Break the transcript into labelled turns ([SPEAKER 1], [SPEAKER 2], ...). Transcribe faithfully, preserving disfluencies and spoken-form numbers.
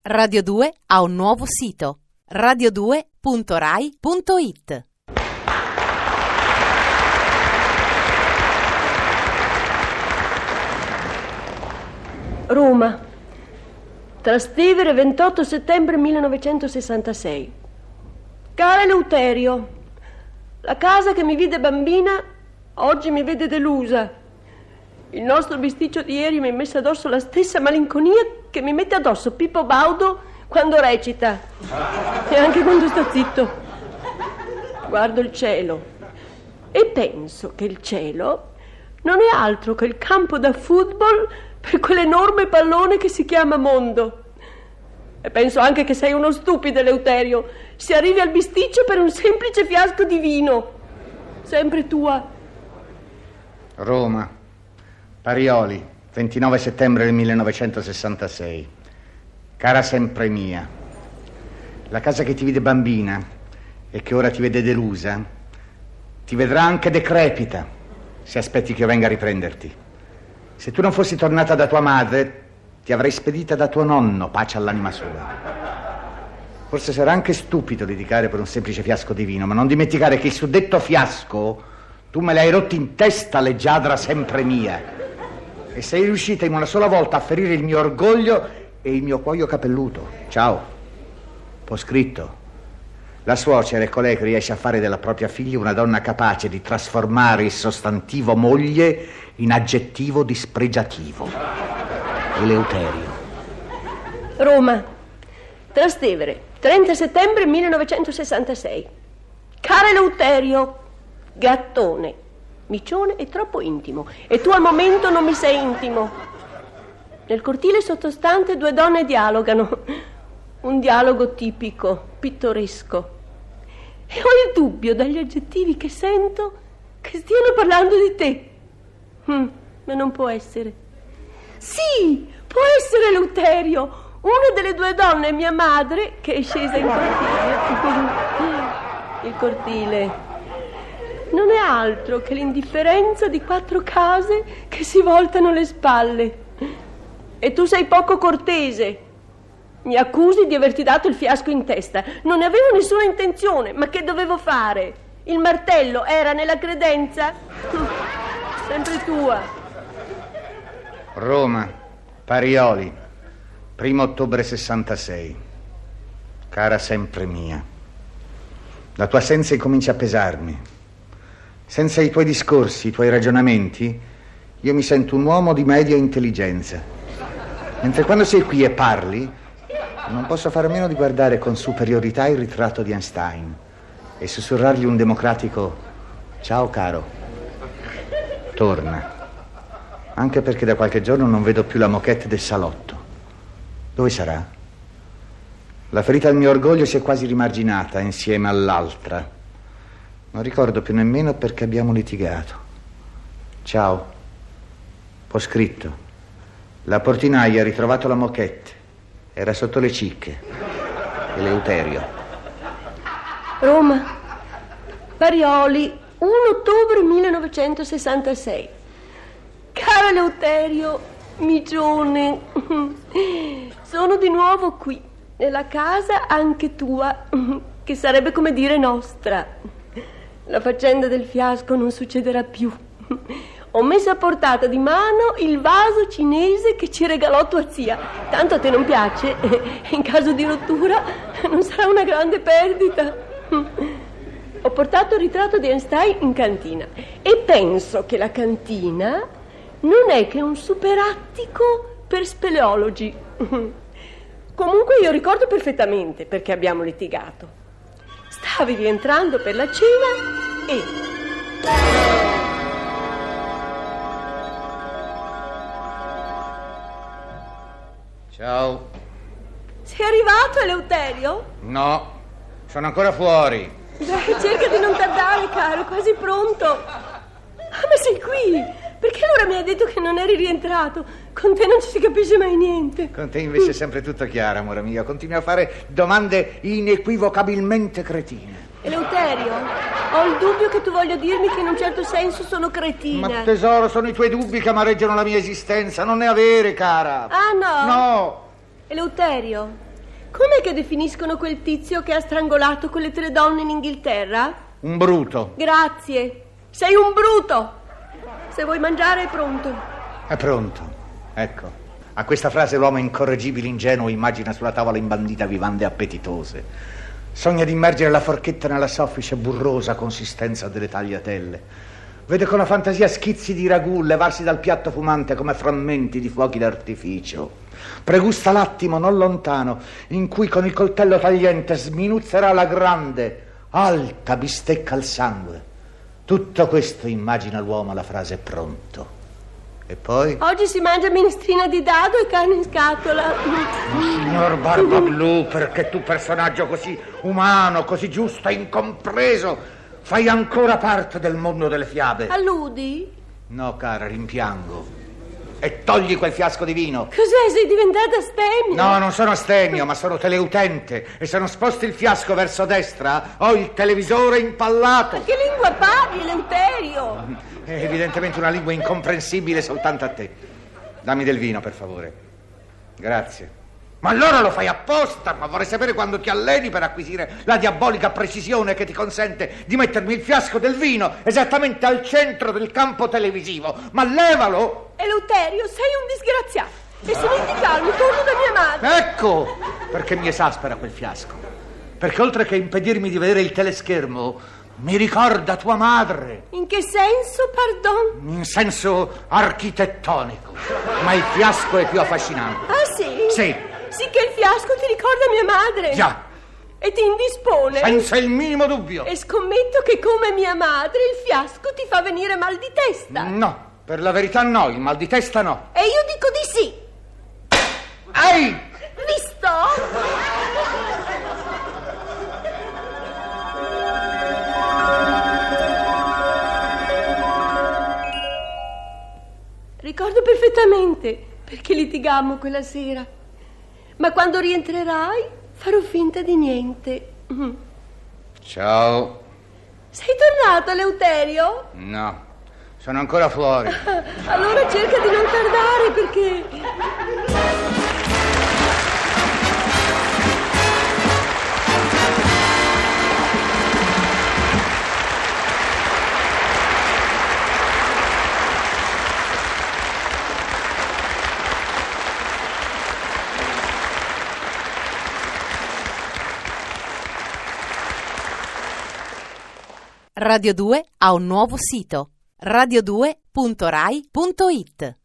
[SPEAKER 1] Radio due ha un nuovo sito: radio due punto rai punto it.
[SPEAKER 2] Roma, Trastevere, ventotto settembre millenovecentosessantasei. Cara Eleuterio, la casa che mi vide bambina oggi mi vede delusa. Il nostro bisticcio di ieri mi ha messo addosso la stessa malinconia che mi mette addosso Pippo Baudo quando recita e anche quando sta zitto. Guardo il cielo e penso che il cielo non è altro che il campo da football per quell'enorme pallone che si chiama mondo. E penso anche che sei uno stupido, Eleuterio, se arrivi al bisticcio per un semplice fiasco di vino. Sempre tua.
[SPEAKER 3] Roma, Parioli, ventinove settembre del millenovecentosessantasei. Cara sempre mia, la casa che ti vide bambina e che ora ti vede delusa, ti vedrà anche decrepita se aspetti che io venga a riprenderti. Se tu non fossi tornata da tua madre, ti avrei spedita da tuo nonno, pace all'anima sua. Forse sarà anche stupido litigare per un semplice fiasco di vino, ma non dimenticare che il suddetto fiasco tu me l'hai rotto in testa, leggiadra sempre mia, e sei riuscita in una sola volta a ferire il mio orgoglio e il mio cuoio capelluto. Ciao. Poscritto. La suocera è colei che riesce a fare della propria figlia una donna capace di trasformare il sostantivo moglie in aggettivo dispregiativo. Eleuterio.
[SPEAKER 2] Roma, Trastevere, trenta settembre millenovecentosessantasei. Cara Eleuterio, gattone, micione e troppo intimo, e tu al momento non mi sei intimo. Nel cortile sottostante due donne dialogano, un dialogo tipico, pittoresco, e ho il dubbio dagli aggettivi che sento che stiano parlando di te. Mm, ma non può essere. Sì, può essere Eleuterio. Una delle due donne è mia madre, che è scesa in cortile. Il cortile non è altro che l'indifferenza di quattro case che si voltano le spalle. E tu sei poco cortese. Mi accusi di averti dato il fiasco in testa. Non ne avevo nessuna intenzione, ma che dovevo fare? Il martello era nella credenza? Sempre tua.
[SPEAKER 3] Roma, Parioli, primo ottobre sessantasei. Cara sempre mia, la tua assenza incomincia a pesarmi. Senza i tuoi discorsi, i tuoi ragionamenti, io mi sento un uomo di media intelligenza. Mentre quando sei qui e parli, non posso fare a meno di guardare con superiorità il ritratto di Einstein e sussurrargli un democratico ciao caro, torna. Anche perché da qualche giorno non vedo più la moquette del salotto. Dove sarà? La ferita del mio orgoglio si è quasi rimarginata insieme all'altra. Non ricordo più nemmeno perché abbiamo litigato. Ciao. Poscritto. La portinaia ha ritrovato la moquette. Era sotto le cicche. Eleuterio.
[SPEAKER 2] Roma, Parioli, primo ottobre millenovecentosessantasei. Caro Eleuterio, micione, sono di nuovo qui, nella casa anche tua, che sarebbe come dire nostra. La faccenda del fiasco non succederà più. Ho messo a portata di mano il vaso cinese che ci regalò tua zia. Tanto a te non piace, e in caso di rottura non sarà una grande perdita. Ho portato il ritratto di Einstein in cantina e penso che la cantina non è che un superattico per speleologi. Comunque io ricordo perfettamente perché abbiamo litigato. Stavi rientrando per la cena e...
[SPEAKER 3] Ciao.
[SPEAKER 2] Sei arrivato, Eleuterio?
[SPEAKER 3] No, sono ancora fuori.
[SPEAKER 2] Dai, cerca di non tardare, caro, è quasi pronto. Ah, ma sei qui? Perché allora mi hai detto che non eri rientrato? Con te non ci si capisce mai niente.
[SPEAKER 3] Con te invece è sempre tutto chiaro, amore mio. Continui a fare domande inequivocabilmente cretine.
[SPEAKER 2] Eleuterio, ho il dubbio che tu voglia dirmi che in un certo senso sono cretina.
[SPEAKER 3] Ma tesoro, sono i tuoi dubbi che amareggiano la mia esistenza. Non ne avere, cara.
[SPEAKER 2] Ah, no?
[SPEAKER 3] No.
[SPEAKER 2] Eleuterio, Com'è che definiscono quel tizio che ha strangolato quelle tre donne in Inghilterra?
[SPEAKER 3] Un bruto.
[SPEAKER 2] Grazie. Sei un bruto. Se vuoi mangiare è pronto.
[SPEAKER 3] È pronto. Ecco. A questa frase l'uomo incorreggibile ingenuo immagina sulla tavola imbandita vivande appetitose. Sogna di immergere la forchetta nella soffice burrosa consistenza delle tagliatelle. Vede con la fantasia schizzi di ragù levarsi dal piatto fumante come frammenti di fuochi d'artificio. Pregusta l'attimo non lontano in cui con il coltello tagliente sminuzzerà la grande, alta bistecca al sangue. Tutto questo immagina l'uomo alla frase pronto. E poi?
[SPEAKER 2] Oggi si mangia minestrina di dado e carne in scatola.
[SPEAKER 3] Signor Barbablù, perché tu, personaggio così umano, così giusto e incompreso, fai ancora parte del mondo delle fiabe?
[SPEAKER 2] Alludi?
[SPEAKER 3] No, cara, rimpiango. E togli quel fiasco di vino.
[SPEAKER 2] Cos'è? Sei diventata astemio?
[SPEAKER 3] No, non sono astemio, ma sono teleutente. E se non sposti il fiasco verso destra, ho il televisore impallato.
[SPEAKER 2] Ma che lingua parli, Eleuterio?
[SPEAKER 3] È evidentemente una lingua incomprensibile soltanto a te. Dammi del vino, per favore. Grazie. Ma allora lo fai apposta, ma vorrei sapere quando ti alleni per acquisire la diabolica precisione che ti consente di mettermi il fiasco del vino esattamente al centro del campo televisivo. Ma levalo!
[SPEAKER 2] Eleuterio, sei un disgraziato. E se non ti calmi, torno da mia madre.
[SPEAKER 3] Ecco perché mi esaspera quel fiasco. Perché oltre che impedirmi di vedere il teleschermo, mi ricorda tua madre.
[SPEAKER 2] In che senso, pardon?
[SPEAKER 3] In senso architettonico. Ma il fiasco è più affascinante.
[SPEAKER 2] Ah, sì?
[SPEAKER 3] Sì.
[SPEAKER 2] Sì che il fiasco ti ricorda mia madre.
[SPEAKER 3] Già.
[SPEAKER 2] E ti indispone.
[SPEAKER 3] Senza il minimo dubbio.
[SPEAKER 2] E scommetto che come mia madre il fiasco ti fa venire mal di testa.
[SPEAKER 3] No, per la verità no, il mal di testa no.
[SPEAKER 2] E io dico di sì.
[SPEAKER 3] Ehi!
[SPEAKER 2] Visto? Ricordo perfettamente perché litigammo quella sera. Ma quando rientrerai farò finta di niente.
[SPEAKER 3] Ciao.
[SPEAKER 2] Sei tornato, Eleuterio?
[SPEAKER 3] No, sono ancora fuori.
[SPEAKER 2] Allora cerca di non tardare perché...
[SPEAKER 1] Radio due ha un nuovo sito, radio due punto rai punto it.